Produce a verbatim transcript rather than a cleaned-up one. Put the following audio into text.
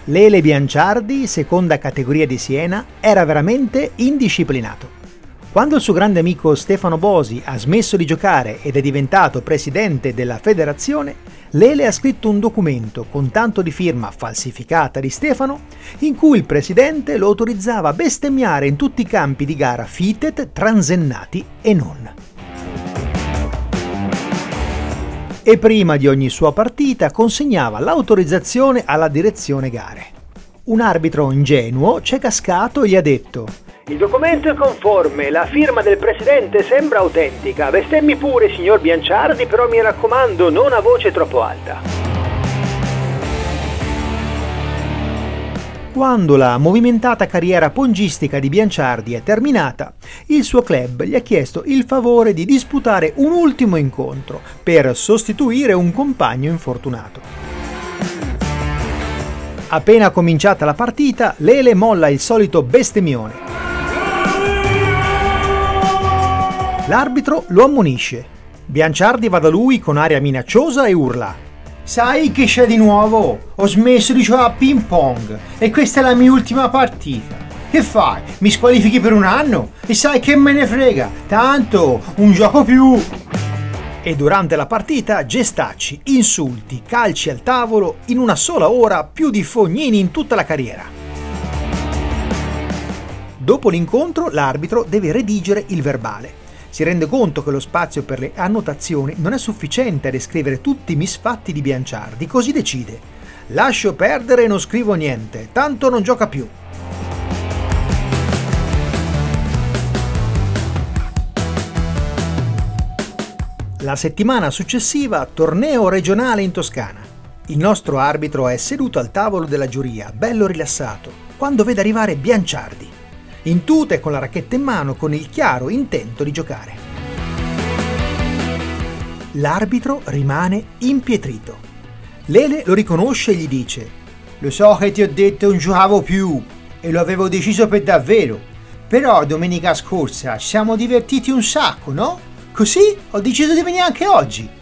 Lele Bianciardi, seconda categoria di Siena, era veramente indisciplinato. Quando il suo grande amico Stefano Bosi ha smesso di giocare ed è diventato presidente della federazione, Lele ha scritto un documento con tanto di firma falsificata di Stefano in cui il presidente lo autorizzava a bestemmiare in tutti i campi di gara Fitet, transennati e non. E prima di ogni sua partita consegnava l'autorizzazione alla direzione gare. Un arbitro ingenuo c'è cascato e gli ha detto: il documento è conforme, la firma del presidente sembra autentica, bestemmi pure signor Bianciardi, però mi raccomando non a voce troppo alta. Quando la movimentata carriera pongistica di Bianciardi è terminata, il suo club gli ha chiesto il favore di disputare un ultimo incontro per sostituire un compagno infortunato. Appena cominciata la partita, Lele molla il solito bestemmione. L'arbitro lo ammonisce. Bianciardi va da lui con aria minacciosa e urla: sai che c'è di nuovo? Ho smesso di giocare a ping pong e questa è la mia ultima partita. Che fai? Mi squalifichi per un anno? E sai che me ne frega? Tanto un gioco più. E durante la partita gestacci, insulti, calci al tavolo, in una sola ora più di Fognini in tutta la carriera. Dopo l'incontro l'arbitro deve redigere il verbale. Si rende conto che lo spazio per le annotazioni non è sufficiente a descrivere tutti i misfatti di Bianciardi, così decide: lascio perdere e non scrivo niente, tanto non gioca più. La settimana successiva, torneo regionale in Toscana. Il nostro arbitro è seduto al tavolo della giuria, bello rilassato, quando vede arrivare Bianciardi, in tuta e con la racchetta in mano, con il chiaro intento di giocare. L'arbitro rimane impietrito. Lele lo riconosce e gli dice: lo so che ti ho detto non giocavo più e lo avevo deciso per davvero, però domenica scorsa ci siamo divertiti un sacco, no? Così ho deciso di venire anche oggi.